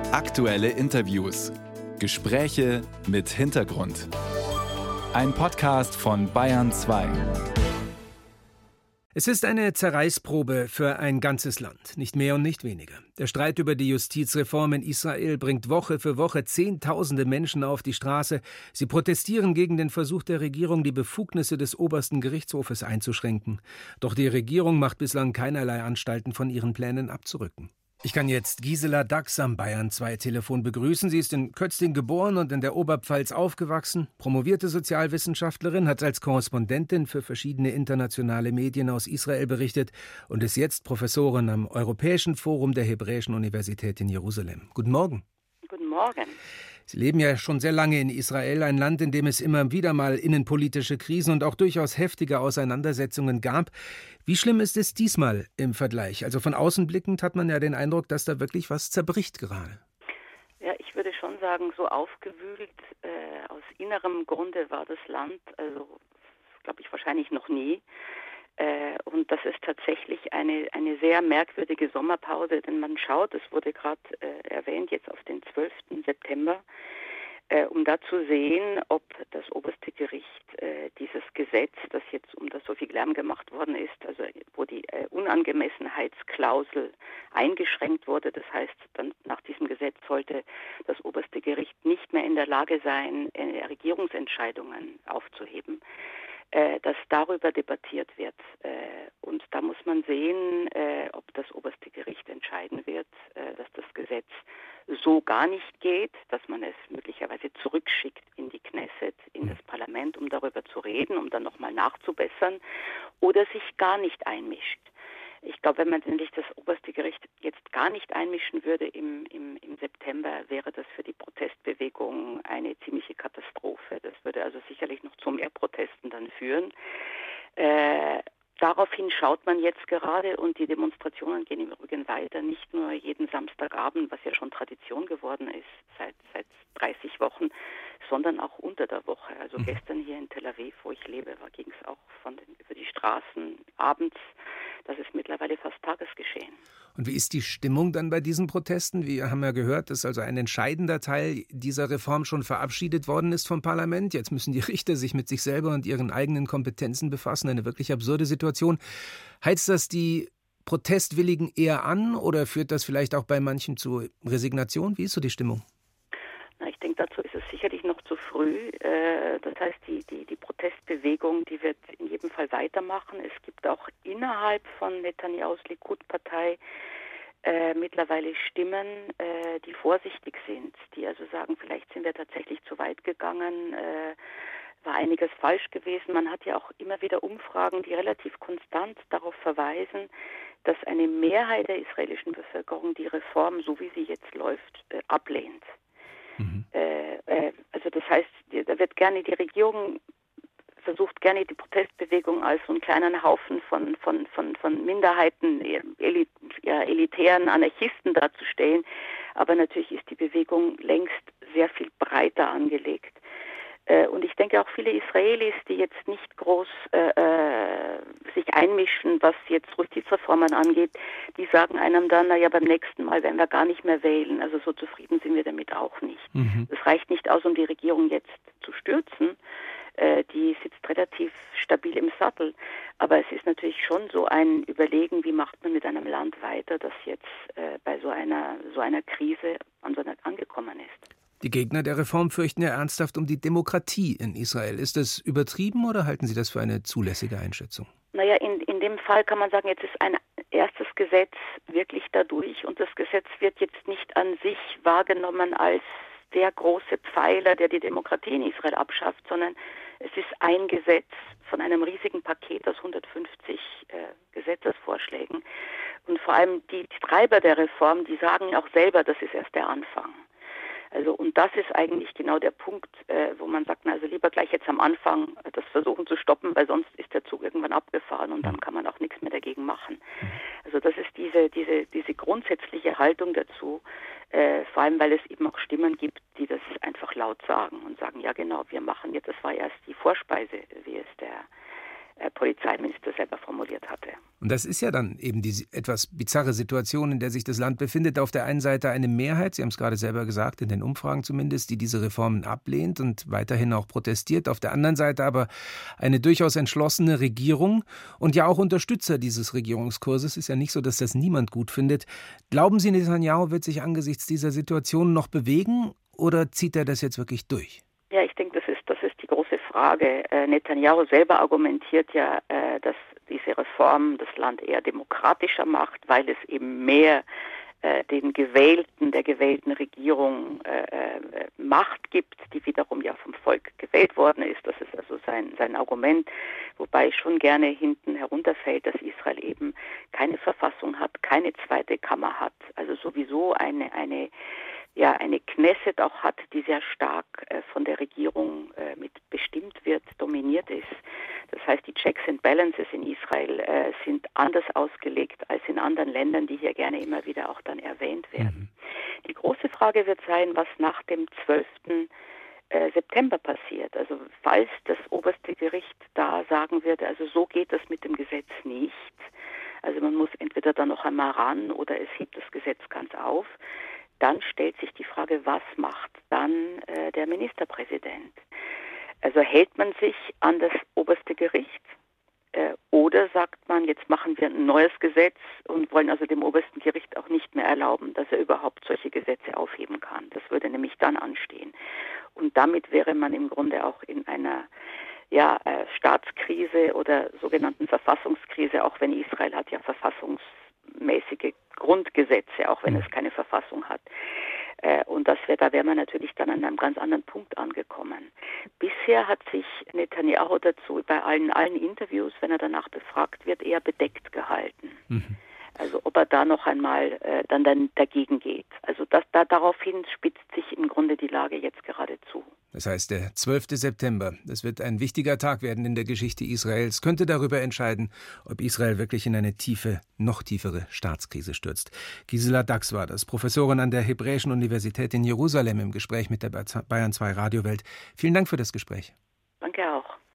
Aktuelle Interviews. Gespräche mit Hintergrund. Ein Podcast von Bayern 2. Es ist eine Zerreißprobe für ein ganzes Land, nicht mehr und nicht weniger. Der Streit über die Justizreform in Israel bringt Woche für Woche Zehntausende Menschen auf die Straße. Sie protestieren gegen den Versuch der Regierung, die Befugnisse des obersten Gerichtshofes einzuschränken. Doch die Regierung macht bislang keinerlei Anstalten, von ihren Plänen abzurücken. Ich kann jetzt Gisela Dachs am Bayern 2 Telefon begrüßen. Sie ist in Kötzting geboren und in der Oberpfalz aufgewachsen, promovierte Sozialwissenschaftlerin, hat als Korrespondentin für verschiedene internationale Medien aus Israel berichtet und ist jetzt Professorin am Europäischen Forum der Hebräischen Universität in Jerusalem. Guten Morgen. Guten Morgen. Sie leben ja schon sehr lange in Israel, ein Land, in dem es immer wieder mal innenpolitische Krisen und auch durchaus heftige Auseinandersetzungen gab. Wie schlimm ist es diesmal im Vergleich? Also von außen blickend hat man ja den Eindruck, dass da wirklich was zerbricht gerade. Ja, ich würde schon sagen, so aufgewühlt aus innerem Grunde war das Land, also glaube ich wahrscheinlich noch nie. Und das ist tatsächlich eine sehr merkwürdige Sommerpause, denn man schaut, es wurde gerade erwähnt, jetzt auf den 12. September, um da zu sehen, ob das oberste Gericht dieses Gesetz, das jetzt um das so viel Lärm gemacht worden ist, also wo die Unangemessenheitsklausel eingeschränkt wurde, das heißt, dann nach diesem Gesetz sollte das oberste Gericht nicht mehr in der Lage sein, Regierungsentscheidungen aufzuheben, dass darüber debattiert wird. Und da muss man sehen, ob das oberste Gericht entscheiden wird, dass das Gesetz so gar nicht geht, dass man es möglicherweise zurückschickt in die Knesset, in das Parlament, um darüber zu reden, um dann nochmal nachzubessern, oder sich gar nicht einmischt. Ich glaube, wenn man nämlich das oberste Gericht jetzt gar nicht einmischen würde im September, wäre das für die Protestbewegung eine ziemliche Katastrophe. Das würde also sicherlich noch zu mehr Protesten dann führen. Daraufhin schaut man jetzt gerade und die Demonstrationen gehen im Übrigen weiter, nicht nur jeden Samstagabend, was ja schon Tradition geworden ist seit 30 Wochen, sondern auch unter der Woche. Also gestern hier in Tel Aviv, wo ich lebe, ging es auch über die Straßen abends. Das ist mittlerweile fast Tagesgeschehen. Und wie ist die Stimmung dann bei diesen Protesten? Wir haben ja gehört, dass also ein entscheidender Teil dieser Reform schon verabschiedet worden ist vom Parlament. Jetzt müssen die Richter sich mit sich selber und ihren eigenen Kompetenzen befassen. Eine wirklich absurde Situation. Heizt das die Protestwilligen eher an oder führt das vielleicht auch bei manchen zu Resignation? Wie ist so die Stimmung? Ich denke, dazu ist es sicherlich noch zu früh. Das heißt, die Protestbewegung, die wird in jedem Fall weitermachen. Es gibt auch innerhalb von Netanyahus Likud-Partei mittlerweile Stimmen, die vorsichtig sind, die also sagen, vielleicht sind wir tatsächlich zu weit gegangen, war einiges falsch gewesen. Man hat ja auch immer wieder Umfragen, die relativ konstant darauf verweisen, dass eine Mehrheit der israelischen Bevölkerung die Reform, so wie sie jetzt läuft, ablehnt. Also das heißt, da wird gerne die Regierung versucht gerne die Protestbewegung als so einen kleinen Haufen von Minderheiten, elitären Anarchisten darzustellen. Aber natürlich ist die Bewegung längst sehr viel breiter angelegt. Und ich denke auch viele Israelis, die jetzt nicht groß sich einmischen, was jetzt Justizreformen angeht, die sagen einem dann, naja, beim nächsten Mal werden wir gar nicht mehr wählen. Also so zufrieden sind wir damit auch nicht. Es reicht nicht aus, um die Regierung jetzt zu stürzen. Die sitzt relativ stabil im Sattel. Aber es ist natürlich schon so ein Überlegen, wie macht man mit einem Land weiter, das jetzt bei so einer Krise angekommen ist. Die Gegner der Reform fürchten ja ernsthaft um die Demokratie in Israel. Ist das übertrieben oder halten Sie das für eine zulässige Einschätzung? Naja, in dem Fall kann man sagen, jetzt ist ein erstes Gesetz wirklich dadurch und das Gesetz wird jetzt nicht an sich wahrgenommen als der große Pfeiler, der die Demokratie in Israel abschafft, sondern es ist ein Gesetz von einem riesigen Paket aus 150 Gesetzesvorschlägen. Und vor allem die Treiber der Reform, die sagen auch selber, das ist erst der Anfang. Also, und das ist eigentlich genau der Punkt, wo man sagt, na, also lieber gleich jetzt am Anfang das versuchen zu stoppen, weil sonst ist der Zug irgendwann abgefahren und dann kann man auch nichts mehr dagegen machen. Also das ist diese grundsätzliche Haltung dazu, vor allem weil es eben auch Stimmen gibt, die das einfach laut sagen und sagen, ja genau, wir machen jetzt, das war erst die Vorspeise, wie es Polizeiminister selber formuliert hatte. Und das ist ja dann eben die etwas bizarre Situation, in der sich das Land befindet. Auf der einen Seite eine Mehrheit, Sie haben es gerade selber gesagt, in den Umfragen zumindest, die diese Reformen ablehnt und weiterhin auch protestiert. Auf der anderen Seite aber eine durchaus entschlossene Regierung und ja auch Unterstützer dieses Regierungskurses. Ist ja nicht so, dass das niemand gut findet. Glauben Sie, Netanyahu wird sich angesichts dieser Situation noch bewegen oder zieht er das jetzt wirklich durch? Ja, ich denke, das ist die große Frage. Netanyahu selber argumentiert ja, dass diese Reform das Land eher demokratischer macht, weil es eben mehr der gewählten Regierung Macht gibt, die wiederum ja vom Volk gewählt worden ist. Das ist also sein Argument, wobei schon gerne hinten herunterfällt, dass Israel eben keine Verfassung hat, keine zweite Kammer hat, also sowieso eine Knesset auch hat, die sehr stark von der Regierung mit bestimmt wird, dominiert ist. Das heißt, die Checks and Balances in Israel sind anders ausgelegt als in anderen Ländern, die hier gerne immer wieder auch dann erwähnt werden. Die große Frage wird sein, was nach dem 12. September passiert. Also falls das oberste Gericht da sagen wird, also so geht das mit dem Gesetz nicht. Also man muss entweder da noch einmal ran oder es hebt das Gesetz ganz auf. Dann stellt sich die Frage, was macht dann der Ministerpräsident? Also hält man sich an das oberste Gericht oder sagt man, jetzt machen wir ein neues Gesetz und wollen also dem obersten Gericht auch nicht mehr erlauben, dass er überhaupt solche Gesetze aufheben kann. Das würde nämlich dann anstehen. Und damit wäre man im Grunde auch in einer Staatskrise oder sogenannten Verfassungskrise, auch wenn Israel hat ja verfassungsmäßige Grundgesetze, auch wenn es keine Verfassung hat. Und da wäre man natürlich dann an einem ganz anderen Punkt angekommen. Bisher hat sich Netanyahu dazu bei allen Interviews, wenn er danach befragt wird, eher bedeckt gehalten. Also ob er da noch einmal dann dagegen geht. Also daraufhin spitzt sich im Grunde die Lage jetzt gerade zu. Das heißt, der 12. September, das wird ein wichtiger Tag werden in der Geschichte Israels, könnte darüber entscheiden, ob Israel wirklich in eine noch tiefere Staatskrise stürzt. Gisela Dax war das, Professorin an der Hebräischen Universität in Jerusalem im Gespräch mit der Bayern 2 Radiowelt. Vielen Dank für das Gespräch.